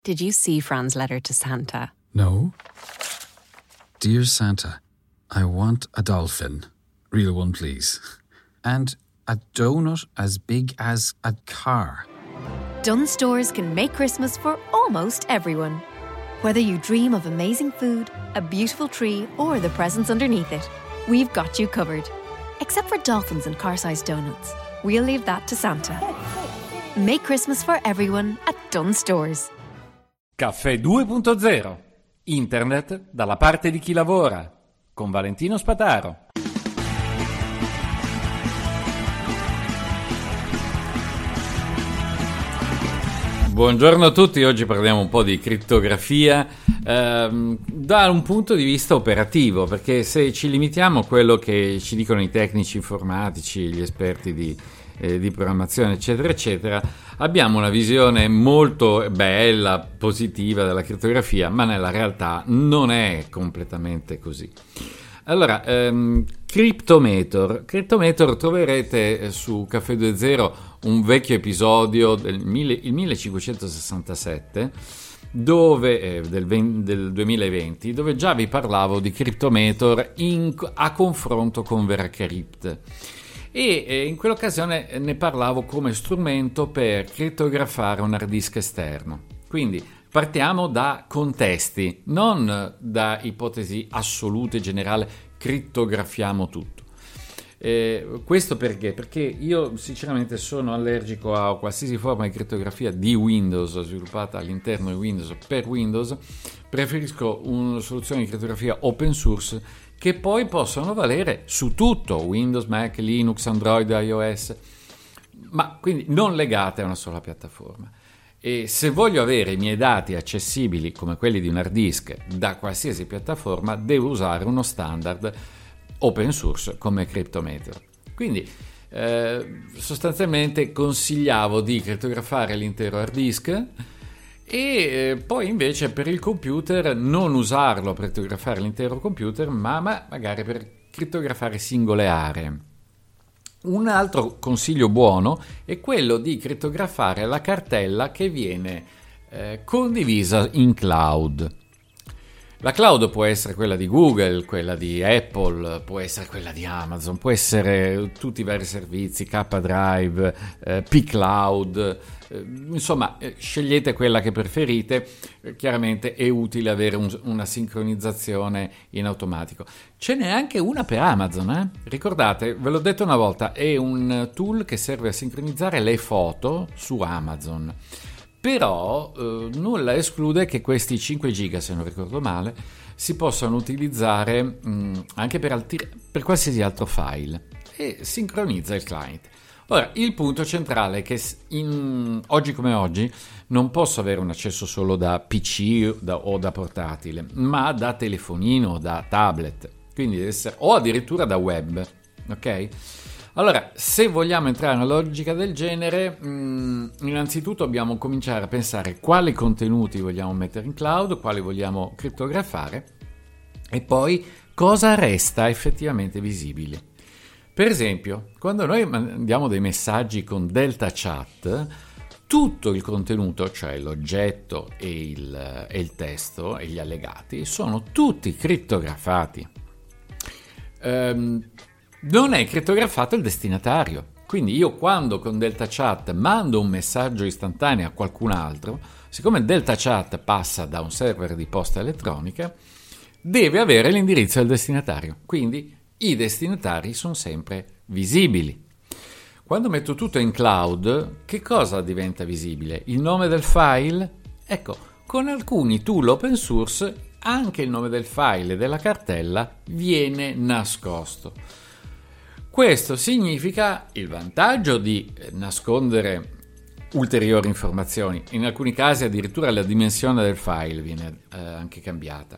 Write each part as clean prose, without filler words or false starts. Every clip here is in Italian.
Did you see Fran's letter to Santa? No. Dear Santa, I want a dolphin. Real one, please. And a donut as big as a car. Dunnes Stores can make Christmas for almost everyone. Whether you dream of amazing food, a beautiful tree, or the presents underneath it, we've got you covered. Except for dolphins and car-sized donuts. We'll leave that to Santa. Make Christmas for everyone at Dunnes Stores. Caffè 2.0. Internet dalla parte di chi lavora. Con Valentino Spataro. Buongiorno a tutti, oggi parliamo un po' di crittografia da un punto di vista operativo, perché se ci limitiamo a quello che ci dicono i tecnici informatici, gli esperti di programmazione eccetera eccetera, abbiamo una visione molto bella, positiva della crittografia, ma nella realtà non è completamente così. Allora, Cryptomator troverete su Caffè 2.0 un vecchio episodio del 1567 dove, del 2020, dove già vi parlavo di Cryptomator a confronto con VeraCrypt. E in quell'occasione ne parlavo come strumento per crittografare un hard disk esterno. Quindi partiamo da contesti, non da ipotesi assolute e generale, crittografiamo tutto. Questo perché? Perché io sinceramente sono allergico a qualsiasi forma di crittografia di Windows sviluppata all'interno di Windows per Windows. Preferisco una soluzione di crittografia open source che poi possono valere su tutto, Windows, Mac, Linux, Android, iOS, ma quindi non legate a una sola piattaforma. E se voglio avere i miei dati accessibili come quelli di un hard disk da qualsiasi piattaforma, devo usare uno standard open source come Cryptomator. Quindi sostanzialmente consigliavo di crittografare l'intero hard disk e poi invece per il computer non usarlo per crittografare l'intero computer, ma magari per crittografare singole aree. Un altro consiglio buono è quello di crittografare la cartella che viene condivisa in cloud. La cloud può essere quella di Google, quella di Apple, può essere quella di Amazon, può essere tutti i vari servizi, K-Drive, P-Cloud, insomma scegliete quella che preferite. Chiaramente è utile avere una sincronizzazione in automatico. Ce n'è anche una per Amazon, Ricordate, ve l'ho detto una volta, è un tool che serve a sincronizzare le foto su Amazon. Però nulla esclude che questi 5 giga, se non ricordo male, si possano utilizzare anche per qualsiasi altro file e sincronizza il client. Ora, il punto centrale è che oggi come oggi non posso avere un accesso solo da PC o da portatile, ma da telefonino o da tablet, quindi deve essere, o addirittura da web, ok? Allora, se vogliamo entrare in una logica del genere, innanzitutto dobbiamo cominciare a pensare quali contenuti vogliamo mettere in cloud, quali vogliamo crittografare e poi cosa resta effettivamente visibile. Per esempio, quando noi mandiamo dei messaggi con Delta Chat, tutto il contenuto, cioè l'oggetto e il testo e gli allegati, sono tutti crittografati. Non è crittografato il destinatario, quindi io quando con Delta Chat mando un messaggio istantaneo a qualcun altro, siccome Delta Chat passa da un server di posta elettronica, deve avere l'indirizzo del destinatario, quindi i destinatari sono sempre visibili. Quando metto tutto in cloud, che cosa diventa visibile? Il nome del file? Ecco, con alcuni tool open source anche il nome del file e della cartella viene nascosto. Questo significa il vantaggio di nascondere ulteriori informazioni, in alcuni casi addirittura la dimensione del file viene anche cambiata.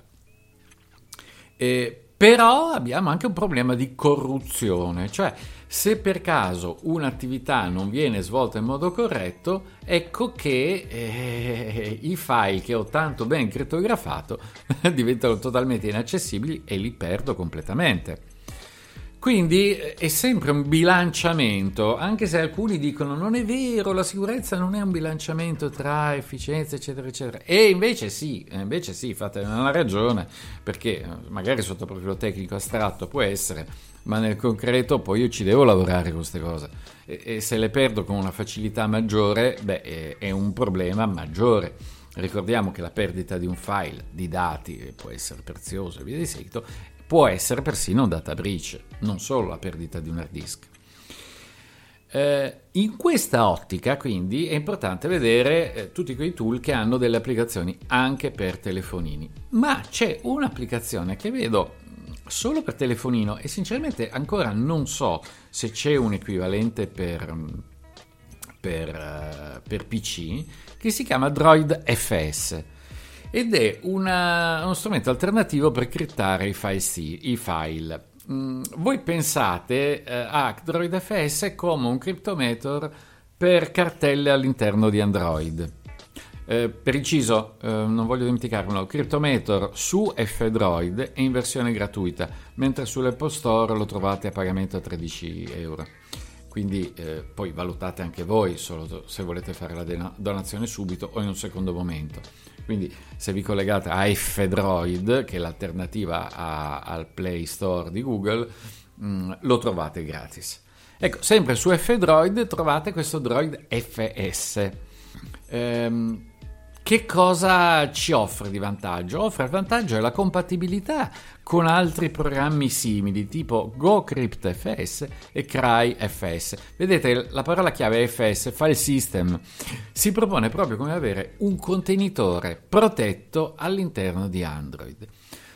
Però abbiamo anche un problema di corruzione, cioè se per caso un'attività non viene svolta in modo corretto, ecco che i file che ho tanto ben crittografato diventano totalmente inaccessibili e li perdo completamente. Quindi è sempre un bilanciamento, anche se alcuni dicono non è vero, la sicurezza non è un bilanciamento tra efficienza eccetera eccetera, e invece sì, fate una ragione, perché magari sotto profilo tecnico astratto può essere, ma nel concreto poi io ci devo lavorare con queste cose, e se le perdo con una facilità maggiore, è un problema maggiore. Ricordiamo che la perdita di un file di dati può essere preziosa e via di seguito, può essere persino un data breach, non solo la perdita di un hard disk. In questa ottica, quindi, è importante vedere tutti quei tool che hanno delle applicazioni anche per telefonini. Ma c'è un'applicazione che vedo solo per telefonino e sinceramente ancora non so se c'è un equivalente per PC, che si chiama Droid FS. Ed è uno strumento alternativo per criptare i file. Voi pensate a Droid FS come un cryptometer per cartelle all'interno di Android. Per inciso, non voglio dimenticarmelo, Cryptometer su F-Droid è in versione gratuita, mentre sull'Apple Store lo trovate a pagamento a €13. Quindi poi valutate anche voi solo se volete fare la donazione subito o in un secondo momento. Quindi se vi collegate a F-Droid, che è l'alternativa al Play Store di Google, lo trovate gratis. Ecco, sempre su F-Droid trovate questo Droid FS. Che cosa ci offre di vantaggio? Offre il vantaggio la compatibilità con altri programmi simili tipo GoCryptFS e CryFS. Vedete, la parola chiave FS, File System, si propone proprio come avere un contenitore protetto all'interno di Android.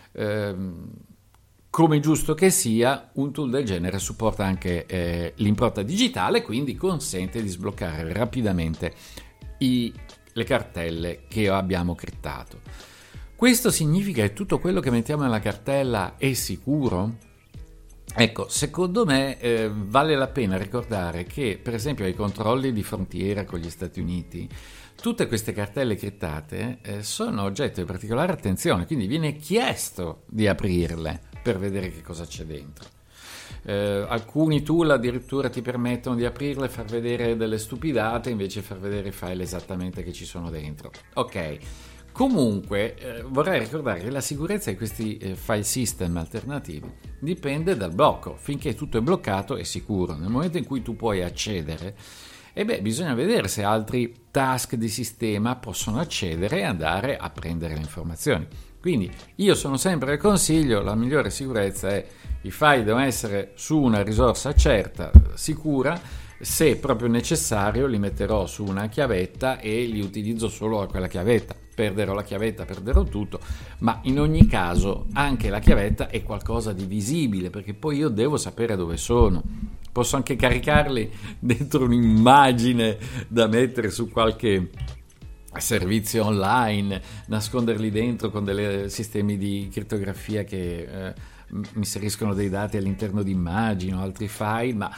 Come giusto che sia, un tool del genere supporta anche l'impronta digitale, quindi consente di sbloccare rapidamente le cartelle che abbiamo criptato. Questo significa che tutto quello che mettiamo nella cartella è sicuro? Ecco, secondo me vale la pena ricordare che, per esempio, ai controlli di frontiera con gli Stati Uniti, tutte queste cartelle criptate sono oggetto di particolare attenzione, quindi viene chiesto di aprirle per vedere che cosa c'è dentro. Alcuni tool addirittura ti permettono di aprirle e far vedere delle stupidate invece di far vedere i file esattamente che ci sono dentro. Ok, comunque vorrei ricordare che la sicurezza di questi file system alternativi dipende dal blocco. Finché tutto è bloccato è sicuro. Nel momento in cui tu puoi accedere, bisogna vedere se altri task di sistema possono accedere e andare a prendere le informazioni. Quindi io sono sempre del consiglio, la migliore sicurezza è i file devono essere su una risorsa certa, sicura. Se proprio necessario li metterò su una chiavetta e li utilizzo solo a quella chiavetta. Perderò la chiavetta, perderò tutto, ma in ogni caso anche la chiavetta è qualcosa di visibile, perché poi io devo sapere dove sono. Posso anche caricarli dentro un'immagine da mettere su qualche servizio online, nasconderli dentro con dei sistemi di crittografia che mi inseriscono dei dati all'interno di immagini o altri file, ma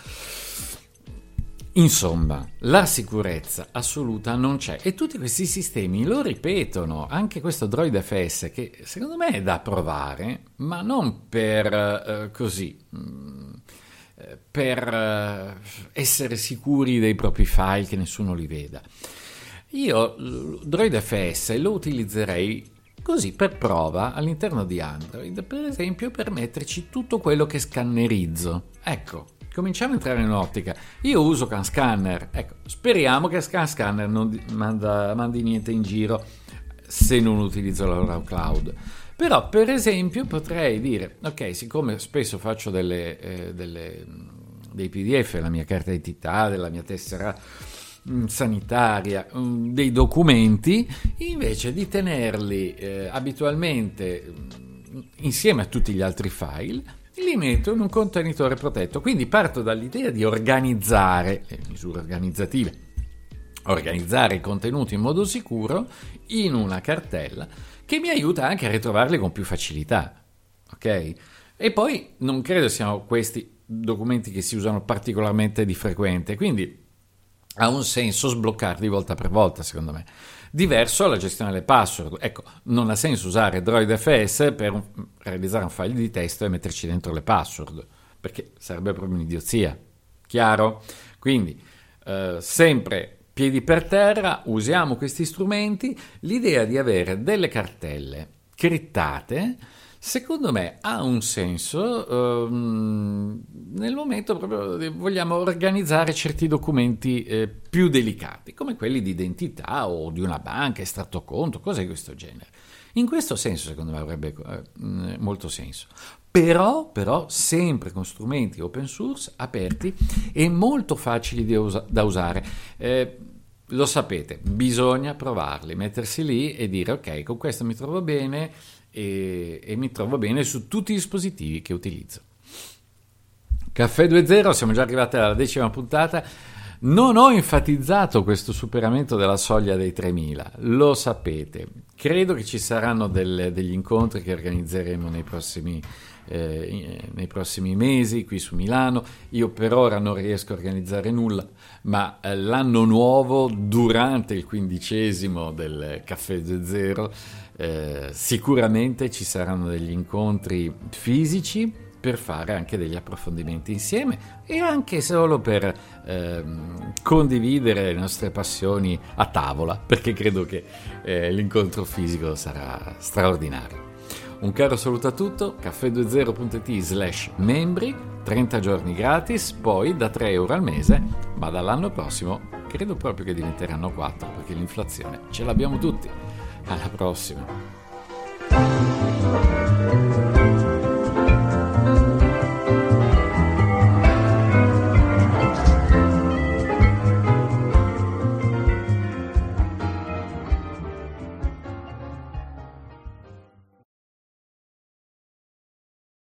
insomma la sicurezza assoluta non c'è e tutti questi sistemi lo ripetono. Anche questo Droid FS, che secondo me è da provare, ma non per per essere sicuri dei propri file, che nessuno li veda. Io Droid FS lo utilizzerei così per prova all'interno di Android, per esempio per metterci tutto quello che scannerizzo. Ecco, cominciamo a entrare in ottica. Io uso CanScanner, ecco, speriamo che CanScanner non mandi niente in giro se non utilizzo la loro cloud. Però per esempio potrei dire, ok, siccome spesso faccio dei PDF, la mia carta d'identità, della mia tessera sanitaria, dei documenti, invece di tenerli abitualmente insieme a tutti gli altri file, li metto in un contenitore protetto. Quindi parto dall'idea di organizzare le misure organizzative, organizzare i contenuti in modo sicuro in una cartella che mi aiuta anche a ritrovarli con più facilità, ok? E poi non credo siano questi documenti che si usano particolarmente di frequente, quindi ha un senso sbloccarli volta per volta, secondo me. Diverso alla gestione delle password. Ecco, non ha senso usare Droid FS per realizzare un file di testo e metterci dentro le password. perché sarebbe proprio un'idiozia, chiaro? Quindi sempre piedi per terra, usiamo questi strumenti. L'idea di avere delle cartelle crittate, secondo me, ha un senso nel momento proprio vogliamo organizzare certi documenti più delicati, come quelli di identità o di una banca, estratto conto, cose di questo genere. In questo senso, secondo me, avrebbe molto senso. Però sempre con strumenti open source, aperti e molto facili da usare. Lo sapete, bisogna provarli, mettersi lì e dire ok, con questo mi trovo bene e mi trovo bene su tutti i dispositivi che utilizzo. Caffè 2.0, siamo già arrivati alla 10ª puntata. Non ho enfatizzato questo superamento della soglia dei 3.000, lo sapete. Credo che ci saranno degli incontri che organizzeremo nei prossimi mesi qui su Milano. Io per ora non riesco a organizzare nulla, ma l'anno nuovo, durante il 15° del Caffè 2.0, sicuramente ci saranno degli incontri fisici per fare anche degli approfondimenti insieme e anche solo per condividere le nostre passioni a tavola, perché credo che l'incontro fisico sarà straordinario. Un caro saluto a tutto, caffè20.it/membri, 30 giorni gratis, poi da 3 euro al mese, ma dall'anno prossimo credo proprio che diventeranno 4, perché l'inflazione ce l'abbiamo tutti. Alla prossima!